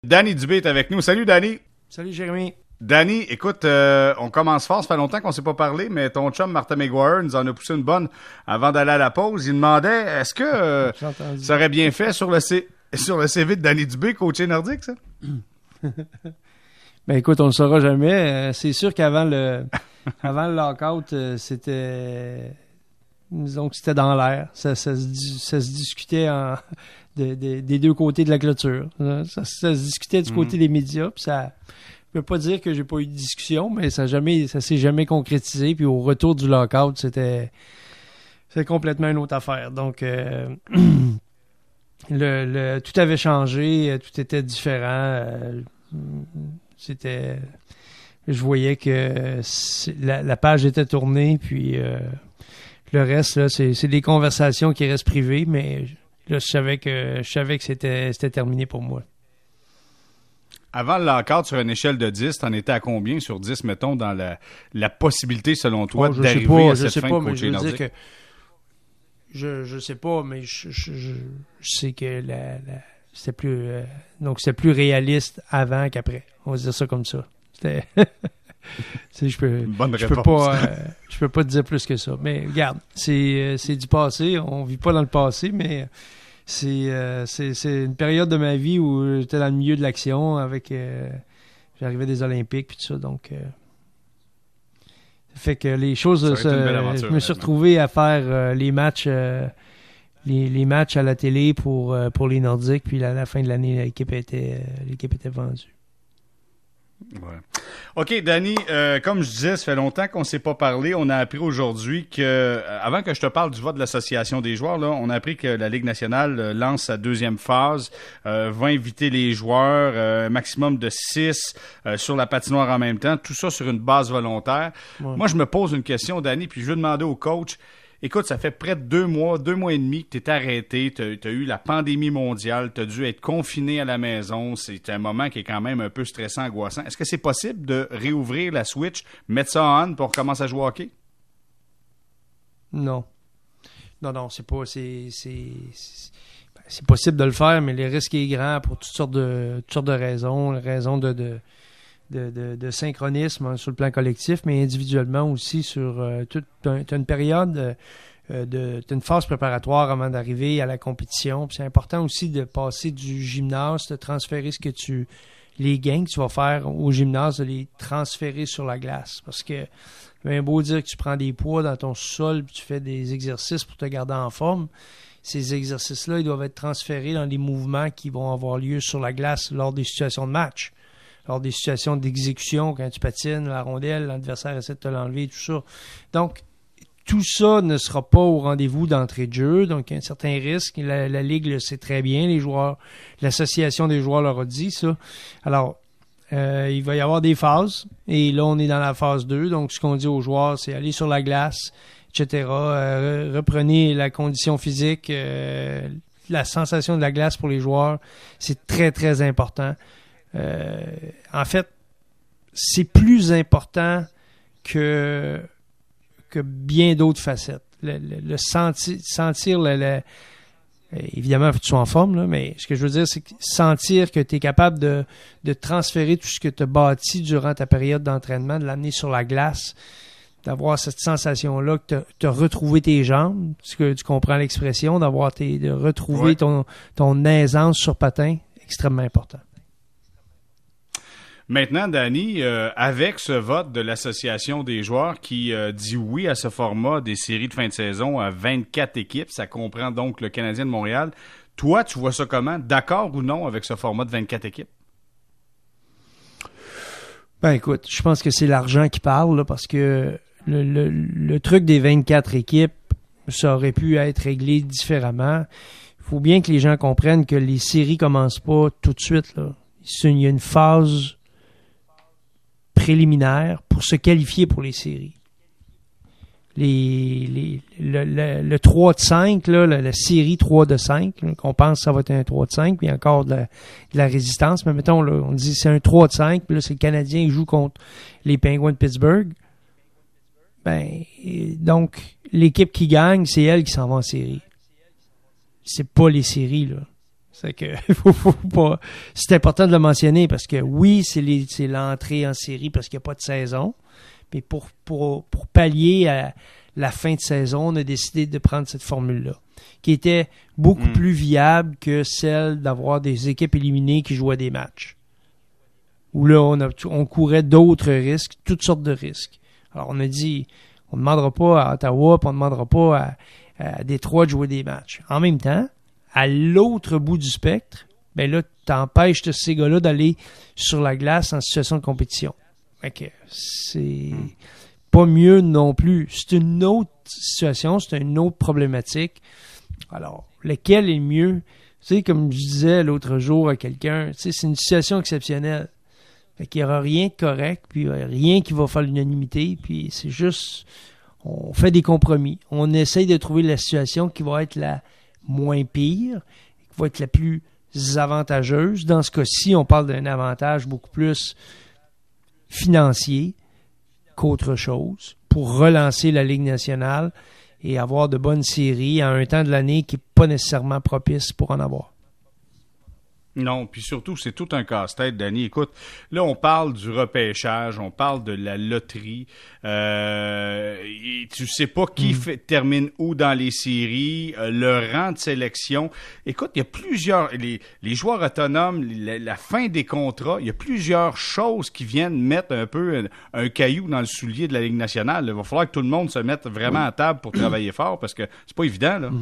Danny Dubé est avec nous. Salut, Danny. Salut, Jérémy. Danny, écoute, on commence fort. Ça fait longtemps qu'on ne s'est pas parlé, mais ton chum, Martin McGuire, nous en a poussé une bonne avant d'aller à la pause. Il demandait, est-ce que ça aurait bien fait sur le CV de Danny Dubé, coacher nordique, ça? Ben écoute, on ne le saura jamais. C'est sûr qu'avant le lockout, c'était... Disons que c'était dans l'air. Ça se discutait des deux côtés de la clôture. Ça se discutait du côté des médias. Puis ça, je ne peux pas dire que j'ai pas eu de discussion, mais ça s'est jamais concrétisé. Puis au retour du lockout, c'était complètement une autre affaire. Donc, tout avait changé, tout était différent. Je voyais que la page était tournée, puis le reste, là, c'est des conversations qui restent privées, mais là, je savais que c'était terminé pour moi. Avant le lockout, sur une échelle de 10, t'en étais à combien sur 10, mettons, dans la possibilité, selon toi, d'arriver à cette fin de coacher nordique? Je sais pas, mais je sais que c'était plus donc c'était plus réaliste avant qu'après. On va se dire ça comme ça. C'était Bonne réponse. Je peux pas te dire plus que ça. Mais regarde, c'est du passé. On vit pas dans le passé, mais c'est une période de ma vie où j'étais dans le milieu de l'action avec j'arrivais des Olympiques puis tout ça, donc fait que les choses je me suis retrouvé à faire les matchs les matchs à la télé pour les Nordiques, puis à la fin de l'année l'équipe était vendue. Ouais. OK, Danny, comme je disais, ça fait longtemps qu'on ne s'est pas parlé. On a appris aujourd'hui que, avant que je te parle du vote de l'Association des joueurs, là, on a appris que la Ligue nationale lance sa deuxième phase, va inviter les joueurs, maximum de 6 sur la patinoire en même temps, tout ça sur une base volontaire. Ouais. Moi, je me pose une question, Danny, puis je veux demander au coach. Écoute, ça fait près de 2 mois et demi que tu es arrêté, tu as eu la pandémie mondiale, tu as dû être confiné à la maison. C'est un moment qui est quand même un peu stressant, angoissant. Est-ce que c'est possible de réouvrir la Switch, mettre ça on pour commencer à jouer au hockey? Non, c'est pas... C'est possible de le faire, mais le risque est grand pour toutes sortes de raisons. Raisons de synchronisme sur le plan collectif, mais individuellement aussi sur toute une période, une phase préparatoire avant d'arriver à la compétition. Puis c'est important aussi de passer du gymnase, de transférer les gains que tu vas faire au gymnase, de les transférer sur la glace. Parce que bien beau dire que tu prends des poids dans ton sol puis tu fais des exercices pour te garder en forme, ces exercices-là, ils doivent être transférés dans les mouvements qui vont avoir lieu sur la glace lors des situations de match. Lors des situations d'exécution, quand tu patines la rondelle, l'adversaire essaie de te l'enlever, tout ça. Donc, tout ça ne sera pas au rendez-vous d'entrée de jeu, donc il y a un certain risque. La Ligue le sait très bien, les joueurs, l'association des joueurs leur a dit ça. Alors, il va y avoir des phases, et là, on est dans la phase 2, donc ce qu'on dit aux joueurs, c'est aller sur la glace, etc. Reprenez la condition physique, la sensation de la glace pour les joueurs, c'est très, très important. En fait, c'est plus important que bien d'autres facettes. Le sentir évidemment, il faut que tu sois en forme, là, mais ce que je veux dire, c'est que sentir que tu es capable de transférer tout ce que tu as bâti durant ta période d'entraînement, de l'amener sur la glace, d'avoir cette sensation-là que tu as retrouvé tes jambes, ce que tu comprends l'expression, de retrouver ton aisance sur patin, extrêmement important. Maintenant, Danny, avec ce vote de l'Association des joueurs qui dit oui à ce format des séries de fin de saison à 24 équipes, ça comprend donc le Canadien de Montréal. Toi, tu vois ça comment? D'accord ou non avec ce format de 24 équipes? Ben écoute, je pense que c'est l'argent qui parle, là, parce que le truc des 24 équipes, ça aurait pu être réglé différemment. Il faut bien que les gens comprennent que les séries commencent pas tout de suite, là. Il y a une phase préliminaire pour se qualifier pour les séries. Le 3 de 5, là, la série 3 de 5, là, qu'on pense que ça va être un 3 de 5, puis encore de la résistance, mais mettons, là, on dit c'est un 3 de 5, puis là, c'est le Canadien qui joue contre les Penguins de Pittsburgh. Ben, donc, l'équipe qui gagne, c'est elle qui s'en va en série. C'est pas les séries, là. C'est que faut pas. C'est important de le mentionner parce que oui, c'est l'entrée en série parce qu'il n'y a pas de saison. Mais pour pallier à la fin de saison, on a décidé de prendre cette formule-là, qui était beaucoup plus viable que celle d'avoir des équipes éliminées qui jouaient des matchs. Où là, on courait d'autres risques, toutes sortes de risques. Alors, on a dit, on ne demandera pas à Ottawa, puis on ne demandera pas à Détroit de jouer des matchs. En même temps, à l'autre bout du spectre, ben là, t'empêches ces gars-là d'aller sur la glace en situation de compétition. Fait que c'est pas mieux non plus. C'est une autre situation, c'est une autre problématique. Alors, lequel est le mieux? Tu sais, comme je disais l'autre jour à quelqu'un, tu sais, c'est une situation exceptionnelle. Fait qu'il n'y aura rien de correct, puis rien qui va faire l'unanimité, puis c'est juste, on fait des compromis. On essaye de trouver la situation qui va être la moins pire, qui va être la plus avantageuse. Dans ce cas-ci, on parle d'un avantage beaucoup plus financier qu'autre chose pour relancer la Ligue nationale et avoir de bonnes séries à un temps de l'année qui n'est pas nécessairement propice pour en avoir. Non, puis surtout, c'est tout un casse-tête, Danny. Écoute, là, on parle du repêchage, on parle de la loterie. Tu sais pas qui termine où dans les séries, le rang de sélection. Écoute, il y a plusieurs... Les joueurs autonomes, la fin des contrats, il y a plusieurs choses qui viennent mettre un peu un caillou dans le soulier de la Ligue nationale. Il va falloir que tout le monde se mette vraiment à table pour travailler fort, parce que c'est pas évident, là.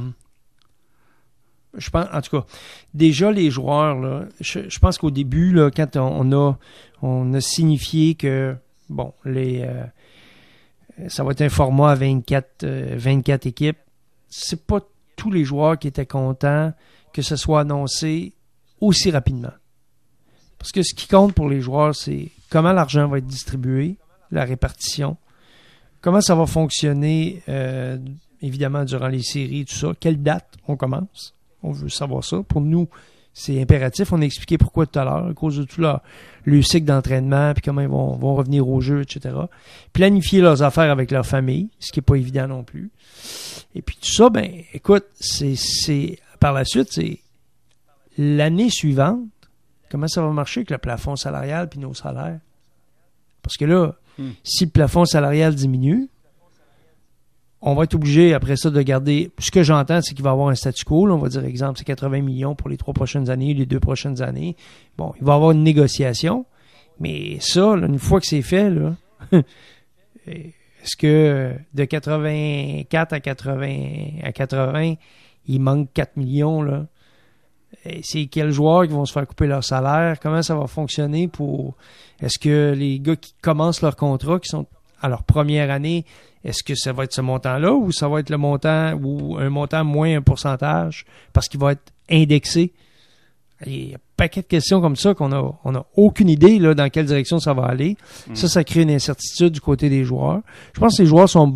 Je pense, en tout cas, déjà les joueurs, là, je pense qu'au début, là, quand on a signifié que bon, ça va être un format à 24 équipes, c'est pas tous les joueurs qui étaient contents que ce soit annoncé aussi rapidement. Parce que ce qui compte pour les joueurs, c'est comment l'argent va être distribué, la répartition, comment ça va fonctionner, évidemment, durant les séries, tout ça, quelle date on commence. On veut savoir ça. Pour nous, c'est impératif. On a expliqué pourquoi tout à l'heure, à cause de tout le cycle d'entraînement, puis comment ils vont revenir au jeu, etc. Planifier leurs affaires avec leur famille, ce qui n'est pas évident non plus. Et puis tout ça, ben, écoute, c'est par la suite, c'est l'année suivante, comment ça va marcher avec le plafond salarial puis nos salaires? Parce que là, si le plafond salarial diminue, on va être obligé, après ça, de garder... Ce que j'entends, c'est qu'il va y avoir un statu quo. Là, on va dire, exemple, c'est 80 millions pour les 3 prochaines années, les 2 prochaines années. Bon, il va y avoir une négociation. Mais ça, là, une fois que c'est fait, là, est-ce que de 84 à 80, il manque 4 millions, là? Et c'est quels joueurs qui vont se faire couper leur salaire? Comment ça va fonctionner pour... Est-ce que les gars qui commencent leur contrat, qui sont à leur première année, est-ce que ça va être ce montant-là ou ça va être le montant ou un montant moins un pourcentage parce qu'il va être indexé? Il y a un paquet de questions comme ça qu'on a aucune idée là, dans quelle direction ça va aller. Ça crée une incertitude du côté des joueurs. Je pense que les joueurs sont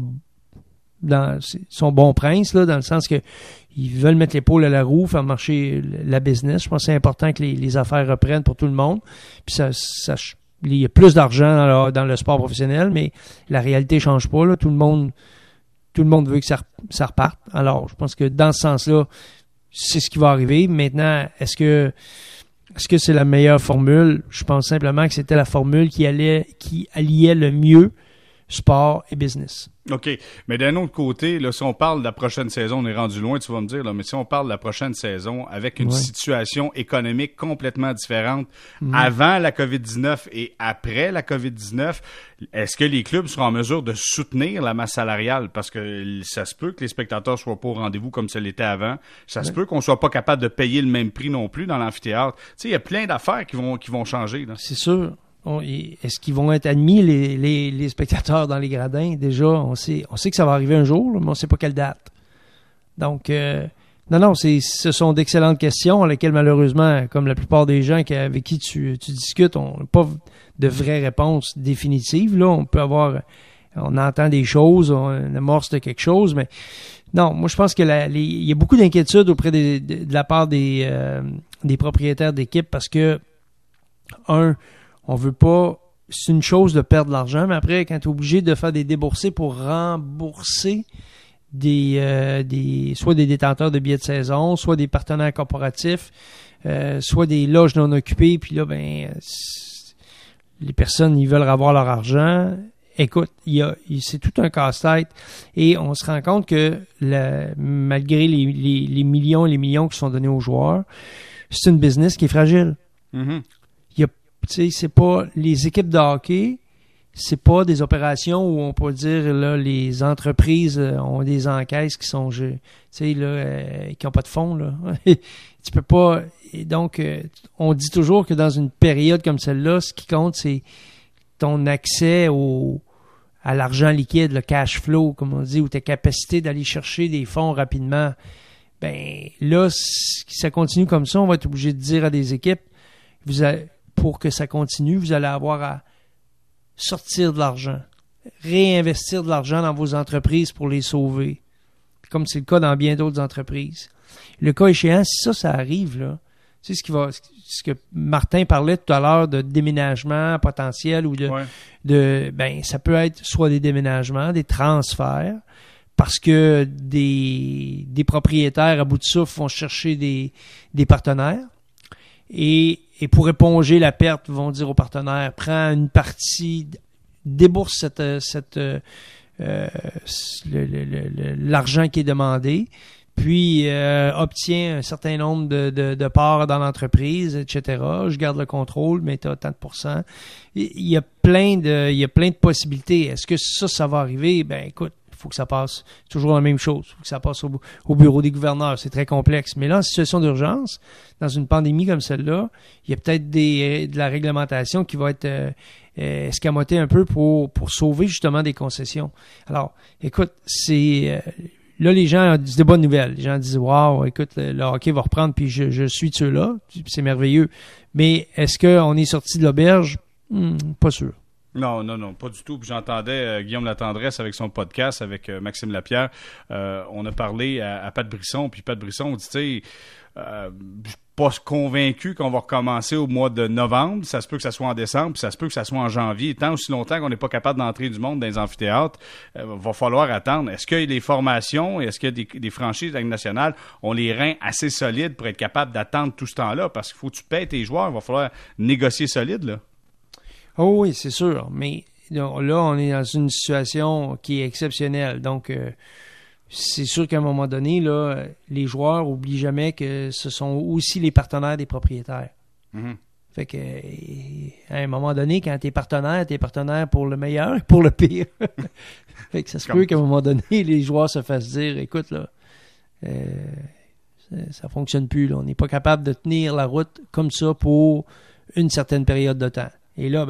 bons princes là, dans le sens que ils veulent mettre l'épaule à la roue, faire marcher la business. Je pense que c'est important que les affaires reprennent pour tout le monde. Puis il y a plus d'argent dans le sport professionnel, mais la réalité change pas. Là. Tout le monde veut que ça reparte. Alors, je pense que dans ce sens-là, c'est ce qui va arriver. Maintenant, est-ce que c'est la meilleure formule? Je pense simplement que c'était la formule qui alliait le mieux sport et business. OK. Mais d'un autre côté, là, si on parle de la prochaine saison, on est rendu loin, tu vas me dire, là, mais si on parle de la prochaine saison avec une situation économique complètement différente avant la COVID-19 et après la COVID-19, est-ce que les clubs seront en mesure de soutenir la masse salariale? Parce que ça se peut que les spectateurs soient pas au rendez-vous comme ça l'était avant. Ça se peut qu'on soit pas capable de payer le même prix non plus dans l'amphithéâtre. Tu sais, il y a plein d'affaires qui vont changer, là. C'est sûr. Est-ce qu'ils vont être admis, les spectateurs dans les gradins? Déjà, on sait que ça va arriver un jour, mais on ne sait pas quelle date. Donc, non, ce sont d'excellentes questions à lesquelles, malheureusement, comme la plupart des gens avec qui tu discutes, on n'a pas de vraies réponses définitives. Là, on entend des choses, on amorce de quelque chose, mais non, moi, je pense que il y a beaucoup d'inquiétudes auprès de la part des propriétaires d'équipes parce que, on veut pas... C'est une chose de perdre de l'argent, mais après, quand tu es obligé de faire des déboursés pour rembourser soit des détenteurs de billets de saison, soit des partenaires corporatifs, soit des loges non occupées, puis là, les personnes, ils veulent avoir leur argent. Écoute, c'est tout un casse-tête et on se rend compte que malgré les millions et les millions qui sont donnés aux joueurs, c'est une business qui est fragile. Mm-hmm. C'est pas les équipes de hockey, c'est pas des opérations où on peut dire là les entreprises ont des encaisses qui sont qui ont pas de fonds là. Tu peux pas. Et donc on dit toujours que dans une période comme celle-là, ce qui compte c'est ton accès à l'argent liquide, le cash flow, comme on dit, ou ta capacité d'aller chercher des fonds rapidement. Ben là, si ça continue comme ça, on va être obligé de dire à des équipes, pour que ça continue, vous allez avoir à sortir de l'argent, réinvestir de l'argent dans vos entreprises pour les sauver, comme c'est le cas dans bien d'autres entreprises. Le cas échéant, si ça arrive, là, tu sais ce que Martin parlait tout à l'heure de déménagement potentiel ou ça peut être soit des déménagements, des transferts, parce que des propriétaires à bout de souffle vont chercher des partenaires et pour éponger la perte, vont dire aux partenaires, prends une partie, débourse l'argent qui est demandé, puis obtiens un certain nombre de parts dans l'entreprise, etc. Je garde le contrôle, mais tu as tant de pourcents. Il y a plein de possibilités. Est-ce que ça va arriver? Ben écoute, il faut que ça passe. C'est toujours la même chose. Il faut que ça passe au bureau des gouverneurs. C'est très complexe. Mais là, en situation d'urgence, dans une pandémie comme celle-là, il y a peut-être de la réglementation qui va être escamotée un peu pour sauver justement des concessions. Alors, écoute, là, les gens disent des bonnes nouvelles. Les gens disent « Wow, écoute, le hockey va reprendre, puis je suis de ceux-là. » C'est merveilleux. Mais est-ce qu'on est sorti de l'auberge? Pas sûr. Non, pas du tout. Puis j'entendais Guillaume Latendresse avec son podcast, avec Maxime Lapierre. On a parlé à Pat Brisson, puis Pat Brisson dit, tu sais, je suis pas convaincu qu'on va recommencer au mois de novembre. Ça se peut que ça soit en décembre, puis ça se peut que ça soit en janvier. Tant aussi longtemps qu'on n'est pas capable d'entrer du monde dans les amphithéâtres, va falloir attendre. Est-ce qu'il y a des formations, est-ce qu'il y a des franchises de la Ligue nationale ont les reins assez solides pour être capable d'attendre tout ce temps-là? Parce qu'il faut que tu payes tes joueurs, il va falloir négocier solide, là. Oh oui, c'est sûr. Mais là, on est dans une situation qui est exceptionnelle. Donc, c'est sûr qu'à un moment donné, là, les joueurs n'oublient jamais que ce sont aussi les partenaires des propriétaires. Mm-hmm. Fait que, à un moment donné, quand t'es partenaire pour le meilleur et pour le pire. Fait que ça se peut qu'à un moment donné, les joueurs se fassent dire, écoute, là, ça fonctionne plus, là. On n'est pas capable de tenir la route comme ça pour une certaine période de temps. Et là,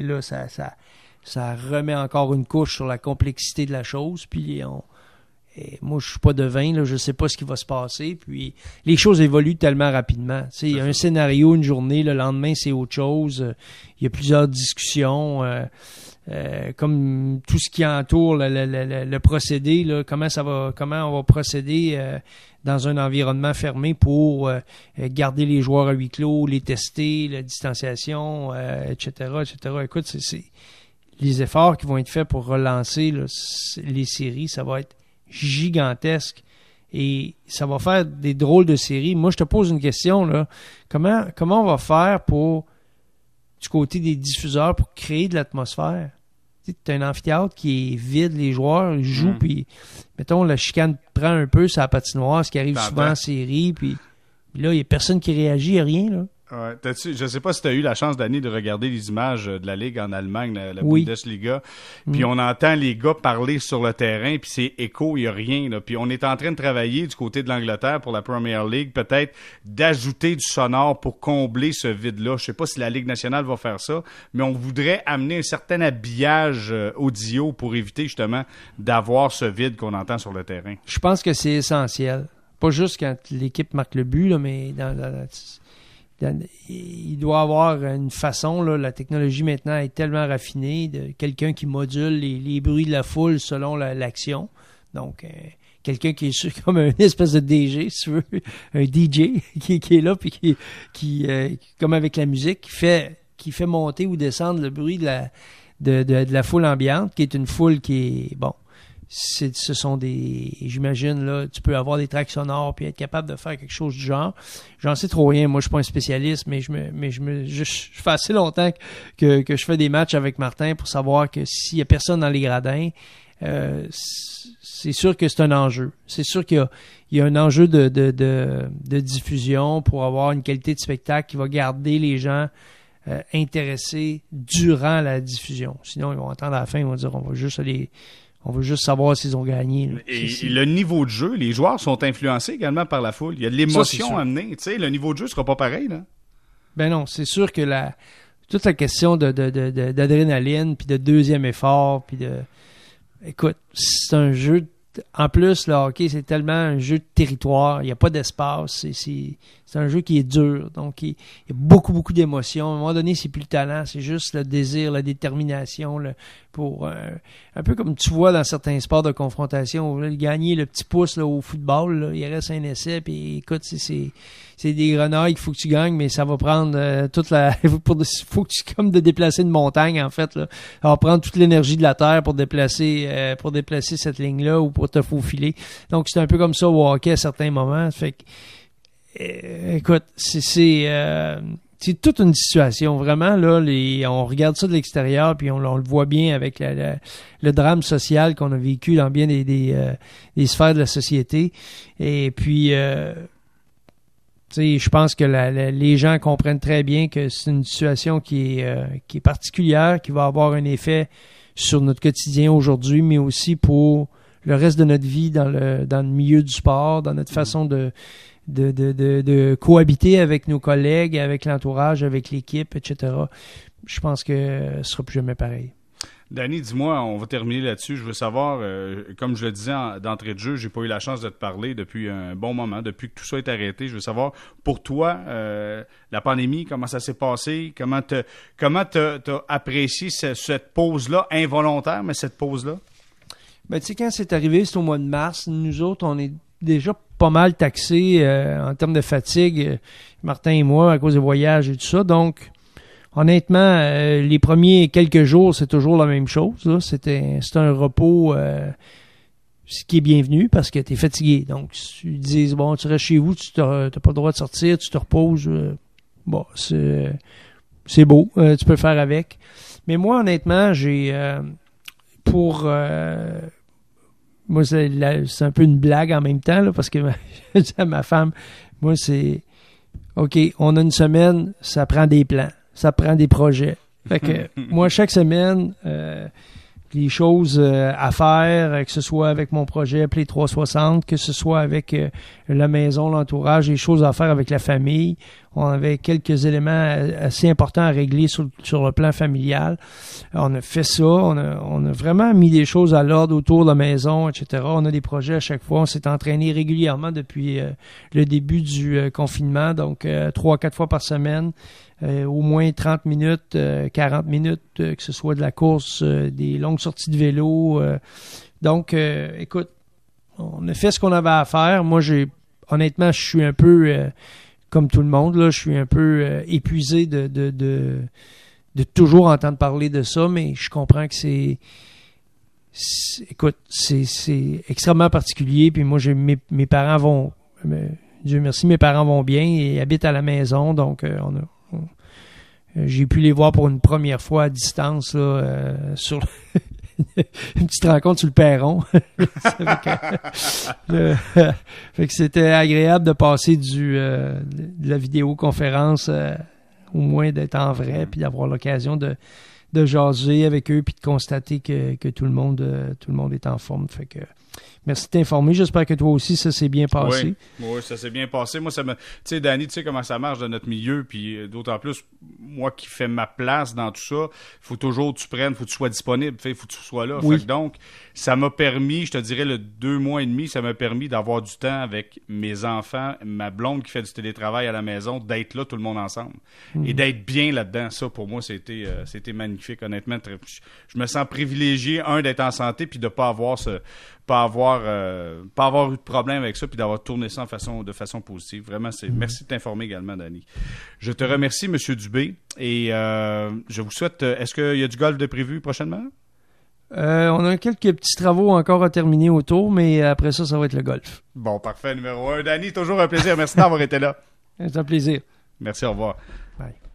ça remet encore une couche sur la complexité de la chose. Puis moi, je suis pas devin, là, je sais pas ce qui va se passer. Puis les choses évoluent tellement rapidement. Tu sais, il y a un scénario une journée, le lendemain c'est autre chose. Il y a plusieurs discussions, comme tout ce qui entoure le procédé. Là, comment on va procéder dans un environnement fermé pour garder les joueurs à huis clos, les tester, la distanciation, etc. Écoute, c'est les efforts qui vont être faits pour relancer là, les séries, ça va être gigantesque et ça va faire des drôles de séries. Moi, je te pose une question, là. Comment on va faire du côté des diffuseurs pour créer de l'atmosphère? Tu as un amphithéâtre qui est vide, les joueurs jouent, puis mettons, la chicane prend un peu sur la patinoire, ce qui arrive souvent en série, puis là, il n'y a personne qui réagit, il n'y a rien, là. Ouais. Je sais pas si tu as eu la chance, Danny, de regarder les images de la Ligue en Allemagne, la Bundesliga. Puis on entend les gars parler sur le terrain, puis c'est écho, il n'y a rien. Là. Puis on est en train de travailler du côté de l'Angleterre pour la Premier League, peut-être d'ajouter du sonore pour combler ce vide-là. Je sais pas si la Ligue nationale va faire ça, mais on voudrait amener un certain habillage audio pour éviter justement d'avoir ce vide qu'on entend sur le terrain. Je pense que c'est essentiel. Pas juste quand l'équipe marque le but, là, mais il doit avoir une façon, là, la technologie maintenant est tellement raffinée, de quelqu'un qui module les bruits de la foule selon l'action. Donc, quelqu'un qui est comme une espèce de DJ, si tu veux, un DJ qui est là, puis qui comme avec la musique, qui fait monter ou descendre le bruit de la foule ambiante, qui est une foule qui est, bon, ce sont des... J'imagine, là, tu peux avoir des tracks sonores puis être capable de faire quelque chose du genre. J'en sais trop rien. Moi, je suis pas un spécialiste, mais je fais assez longtemps que je fais des matchs avec Martin pour savoir que s'il y a personne dans les gradins, c'est sûr que c'est un enjeu. C'est sûr qu'il y a un enjeu de diffusion pour avoir une qualité de spectacle qui va garder les gens intéressés durant la diffusion. Sinon, ils vont attendre à la fin, ils vont dire on va juste savoir s'ils ont gagné. Là. Et le niveau de jeu, les joueurs sont influencés également par la foule. Il y a de l'émotion amenée. Tu sais, le niveau de jeu sera pas pareil, là. Ben non, c'est sûr que toute la question d'adrénaline, puis de deuxième effort, puis de... Écoute, c'est un jeu... En plus, le hockey, c'est tellement un jeu de territoire. Il n'y a pas d'espace. C'est un jeu qui est dur. Donc, il y a beaucoup, beaucoup d'émotions. À un moment donné, c'est plus le talent. C'est juste le désir, la détermination. Un peu comme tu vois dans certains sports de confrontation. Là, gagner le petit pouce là, au football, là, il reste un essai. Puis écoute, c'est des grenailles qu'il faut que tu gagnes, mais ça va prendre toute la... Il faut que tu comme de déplacer une montagne, en fait. Là. Ça va prendre toute l'énergie de la Terre pour déplacer cette ligne-là ou pour te faufiler. Donc, c'est un peu comme ça au hockey à certains moments. Fait que, écoute, c'est toute une situation. Vraiment, là, on regarde ça de l'extérieur, puis on le voit bien avec le drame social qu'on a vécu dans bien des sphères de la société. Et puis... je pense que les gens comprennent très bien que c'est une situation qui est particulière, qui va avoir un effet sur notre quotidien aujourd'hui, mais aussi pour le reste de notre vie dans le milieu du sport, dans notre façon de cohabiter avec nos collègues, avec l'entourage, avec l'équipe, etc. Je pense que ce sera plus jamais pareil. Danny, dis-moi, on va terminer là-dessus. Je veux savoir, comme je le disais d'entrée de jeu, j'ai pas eu la chance de te parler depuis un bon moment, depuis que tout ça est arrêté. Je veux savoir, pour toi, la pandémie, comment ça s'est passé? Comment t'as apprécié cette pause-là, involontaire, mais cette pause-là? Ben, tu sais, quand c'est arrivé, c'est au mois de mars. Nous autres, on est déjà pas mal taxés en termes de fatigue, Martin et moi, à cause des voyages et tout ça. Donc, honnêtement, les premiers quelques jours, c'est toujours la même chose. Là. C'est un repos ce qui est bienvenu parce que tu es fatigué. Donc, si tu dis, bon, tu restes chez vous, tu n'as pas le droit de sortir, tu te reposes, bon, c'est beau, tu peux faire avec. Mais moi, honnêtement, j'ai moi, c'est un peu une blague en même temps, là, parce que je dis à ma femme, moi, c'est OK, on a une semaine, ça prend des plans, ça prend des projets. Fait que moi, chaque semaine, les choses à faire, que ce soit avec mon projet Play 360, que ce soit avec la maison, l'entourage, les choses à faire avec la famille. On avait quelques éléments assez importants à régler sur le plan familial. On a fait ça. On a vraiment mis des choses à l'ordre autour de la maison, etc. On a des projets à chaque fois. On s'est entraîné régulièrement depuis le début du confinement, donc 3-4 fois par semaine. Au moins 30 minutes, 40 minutes, que ce soit de la course, des longues sorties de vélo. Donc, écoute, on a fait ce qu'on avait à faire. Moi, honnêtement, je suis un peu, comme tout le monde, là, je suis un peu épuisé de toujours entendre parler de ça, mais je comprends que écoute, c'est extrêmement particulier. Puis moi, mes parents vont, Dieu merci, mes parents vont bien et habitent à la maison, donc j'ai pu les voir pour une première fois à distance là, sur une petite rencontre sur le perron. Fait que c'était agréable de passer de la vidéoconférence, au moins d'être en vrai, puis d'avoir l'occasion de jaser avec eux, puis de constater que tout le monde est en forme. Fait que merci de t'informer. J'espère que toi aussi, ça s'est bien passé. Oui, ça s'est bien passé. Moi, tu sais, Danny, tu sais comment ça marche dans notre milieu, puis d'autant plus, moi qui fais ma place dans tout ça, faut toujours que tu prennes, faut que tu sois disponible, faut que tu sois là. Oui. Fait que donc, ça m'a permis, je te dirais, le 2 mois et demi, ça m'a permis d'avoir du temps avec mes enfants, ma blonde qui fait du télétravail à la maison, d'être là tout le monde ensemble. Et d'être bien là-dedans. Ça, pour moi, c'était magnifique, honnêtement. Je me sens privilégié, d'être en santé, puis de pas avoir eu de problème avec ça, puis d'avoir tourné ça de façon positive. Vraiment, merci de t'informer également, Danny. Je te remercie, M. Dubé, et je vous souhaite... Est-ce qu'il y a du golf de prévu prochainement? On a quelques petits travaux encore à terminer autour, mais après ça va être le golf. Bon, parfait, numéro 1. Danny, toujours un plaisir. Merci d'avoir été là. C'est un plaisir. Merci, au revoir. Bye.